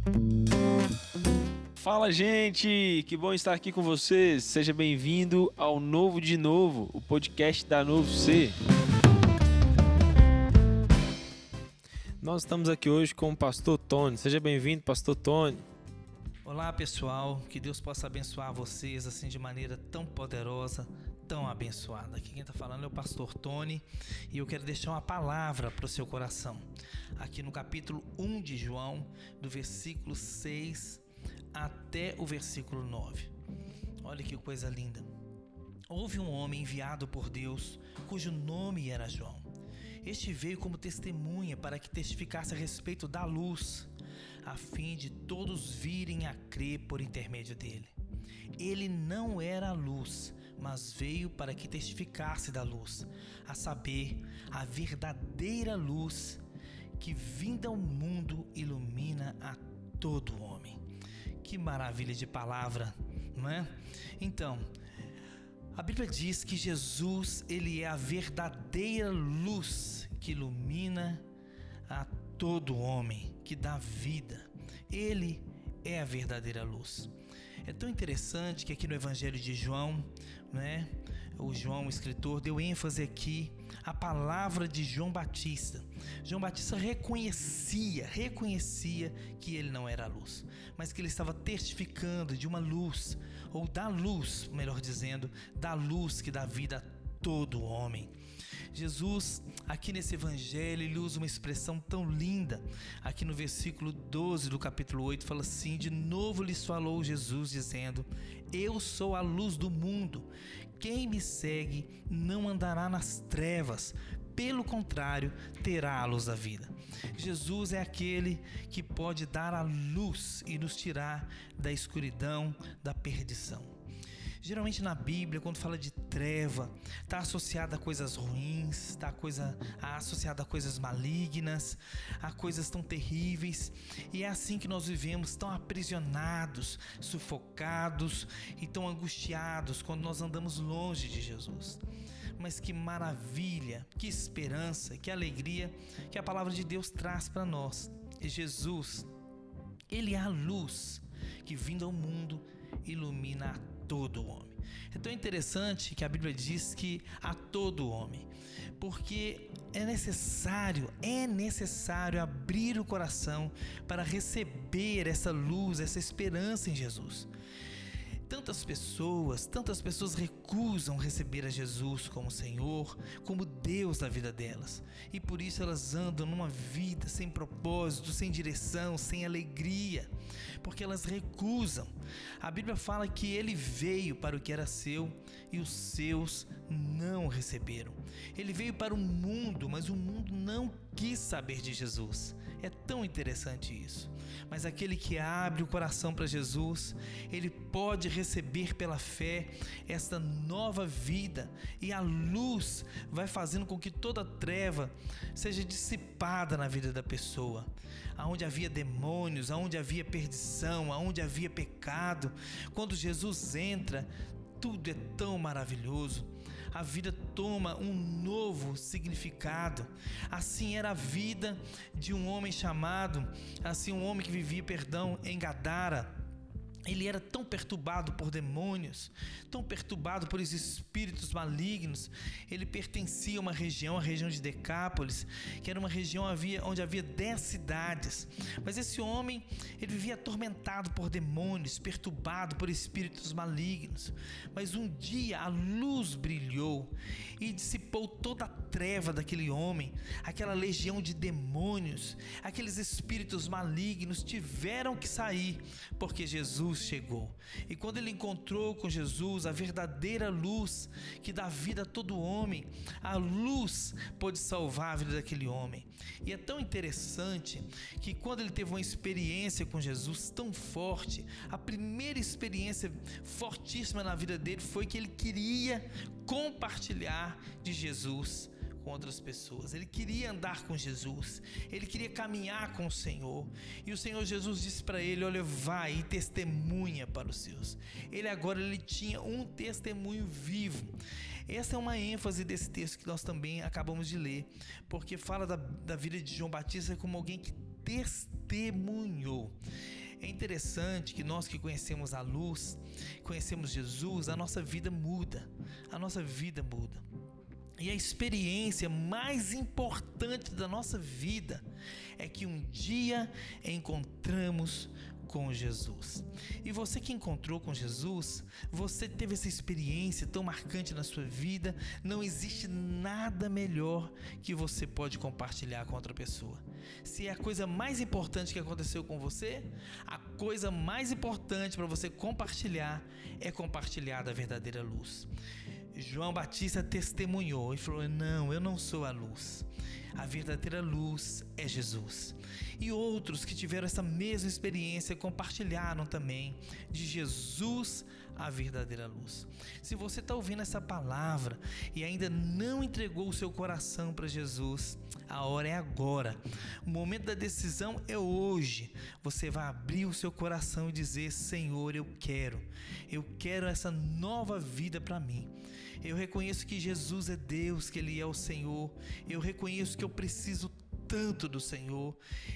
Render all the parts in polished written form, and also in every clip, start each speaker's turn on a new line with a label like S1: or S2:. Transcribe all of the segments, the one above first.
S1: Fala, gente! Que bom estar aqui com vocês. Seja bem-vindo ao Novo de Novo, o podcast da Novo C. Nós estamos aqui hoje com o pastor Tony. Seja bem-vindo, pastor Tony.
S2: Olá, pessoal. Que Deus possa abençoar vocês assim de maneira tão poderosa, tão abençoada. Aqui quem está falando é o pastor Tony e eu quero deixar uma palavra para o seu coração. Aqui no capítulo 1 de João, do versículo 6 até o versículo 9. Olha que coisa linda. Houve um homem enviado por Deus, cujo nome era João. Este veio como testemunha para que testificasse a respeito da luz, a fim de todos virem a crer por intermédio dele. Ele não era a luz, mas veio para que testificasse da luz, a saber, a verdadeira luz que vinda ao mundo ilumina a todo homem. Que maravilha de palavra, não é? Então, a Bíblia diz que Jesus, ele é a verdadeira luz que ilumina a todo homem, que dá vida. Ele é a verdadeira luz. É tão interessante que aqui no Evangelho de João, né, o João, o escritor, deu ênfase aqui à palavra de João Batista. João Batista reconhecia que ele não era a luz, mas que ele estava testificando de uma luz, ou da luz, melhor dizendo, da luz que dá vida a todo homem. Jesus, aqui nesse evangelho, ele usa uma expressão tão linda. Aqui no versículo 12 do capítulo 8, fala assim: de novo lhes falou Jesus, dizendo: eu sou a luz do mundo. Quem me segue não andará nas trevas, pelo contrário, terá a luz da vida. Jesus é aquele que pode dar a luz e nos tirar da escuridão, da perdição. Geralmente na Bíblia, quando fala de treva, está associada a coisas ruins, está associada a coisas malignas, a coisas tão terríveis. E é assim que nós vivemos, tão aprisionados, sufocados e tão angustiados quando nós andamos longe de Jesus. Mas que maravilha, que esperança, que alegria que a palavra de Deus traz para nós. E Jesus, ele é a luz que vindo ao mundo ilumina a todo homem. É tão interessante que a Bíblia diz que a todo homem, porque é necessário abrir o coração para receber essa luz, essa esperança em Jesus. Tantas pessoas recusam receber a Jesus como Senhor, como Deus da vida delas. E por isso elas andam numa vida sem propósito, sem direção, sem alegria, porque elas recusam. A Bíblia fala que ele veio para o que era seu e os seus não receberam. Ele veio para o mundo, mas o mundo não quis saber de Jesus. É tão interessante isso. Mas aquele que abre o coração para Jesus, ele pode receber pela fé esta nova vida, e a luz vai fazendo com que toda treva seja dissipada na vida da pessoa. Aonde havia demônios, aonde havia perdição, aonde havia pecado, quando Jesus entra, tudo é tão maravilhoso. A vida toma um novo significado. Assim era a vida de um homem um homem que vivia, em Gadara. Ele era tão perturbado por demônios, tão perturbado por esses espíritos malignos. Ele pertencia a uma região, a região de Decápolis, que era uma região onde havia 10 cidades. Mas esse homem, ele vivia atormentado por demônios, perturbado por espíritos malignos. Mas um dia a luz brilhou e dissipou toda a treva daquele homem. Aquela legião de demônios, aqueles espíritos malignos tiveram que sair, porque Jesus chegou. E quando ele encontrou com Jesus, a verdadeira luz que dá vida a todo homem, a luz pôde salvar a vida daquele homem. E é tão interessante que quando ele teve uma experiência com Jesus tão forte, a primeira experiência fortíssima na vida dele foi que ele queria compartilhar de Jesus com outras pessoas. Ele queria andar com Jesus, ele queria caminhar com o Senhor, e o Senhor Jesus disse para ele: olha, vai e testemunha para os seus. Ele tinha um testemunho vivo. Essa é uma ênfase desse texto que nós também acabamos de ler, porque fala da vida de João Batista como alguém que testemunhou. É interessante que nós que conhecemos a luz, conhecemos Jesus, a nossa vida muda. A nossa vida muda. E a experiência mais importante da nossa vida é que um dia encontramos com Jesus. E você que encontrou com Jesus, você teve essa experiência tão marcante na sua vida, não existe nada melhor que você pode compartilhar com outra pessoa. Se é a coisa mais importante que aconteceu com você, a coisa mais importante para você compartilhar é compartilhar da verdadeira luz. João Batista testemunhou e falou: não, eu não sou a luz. A verdadeira luz é Jesus. E outros que tiveram essa mesma experiência compartilharam também de Jesus, a verdadeira luz. Se você está ouvindo essa palavra e ainda não entregou o seu coração para Jesus, a hora é agora. O momento da decisão é hoje. Você vai abrir o seu coração e dizer: Senhor, eu quero essa nova vida para mim. Eu reconheço que Jesus é Deus, que Ele é o Senhor. Eu reconheço que eu preciso tanto do Senhor.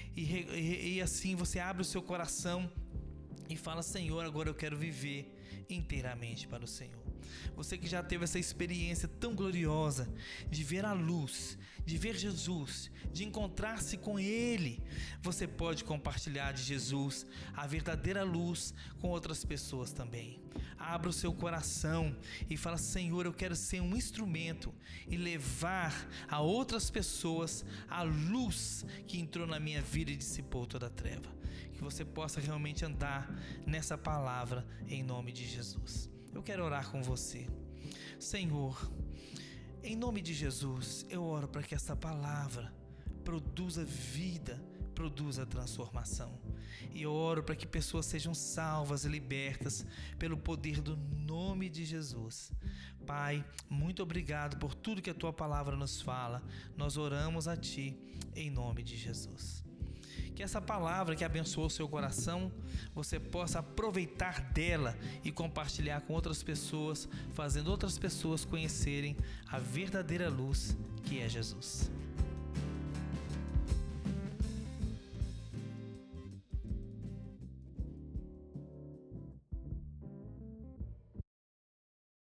S2: E assim você abre o seu coração e fala: Senhor, agora eu quero viver inteiramente para o Senhor. Você que já teve essa experiência tão gloriosa de ver a luz, de ver Jesus, de encontrar-se com Ele, você pode compartilhar de Jesus, a verdadeira luz, com outras pessoas também. Abra o seu coração e fala: Senhor, eu quero ser um instrumento e levar a outras pessoas a luz que entrou na minha vida e dissipou toda a treva. Que você possa realmente andar nessa palavra em nome de Jesus. Eu quero orar com você. Senhor, em nome de Jesus, eu oro para que essa palavra produza vida, produza transformação. E eu oro para que pessoas sejam salvas e libertas pelo poder do nome de Jesus. Pai, muito obrigado por tudo que a Tua palavra nos fala. Nós oramos a Ti em nome de Jesus. Que essa palavra que abençoou o seu coração, você possa aproveitar dela e compartilhar com outras pessoas, fazendo outras pessoas conhecerem a verdadeira luz que é Jesus.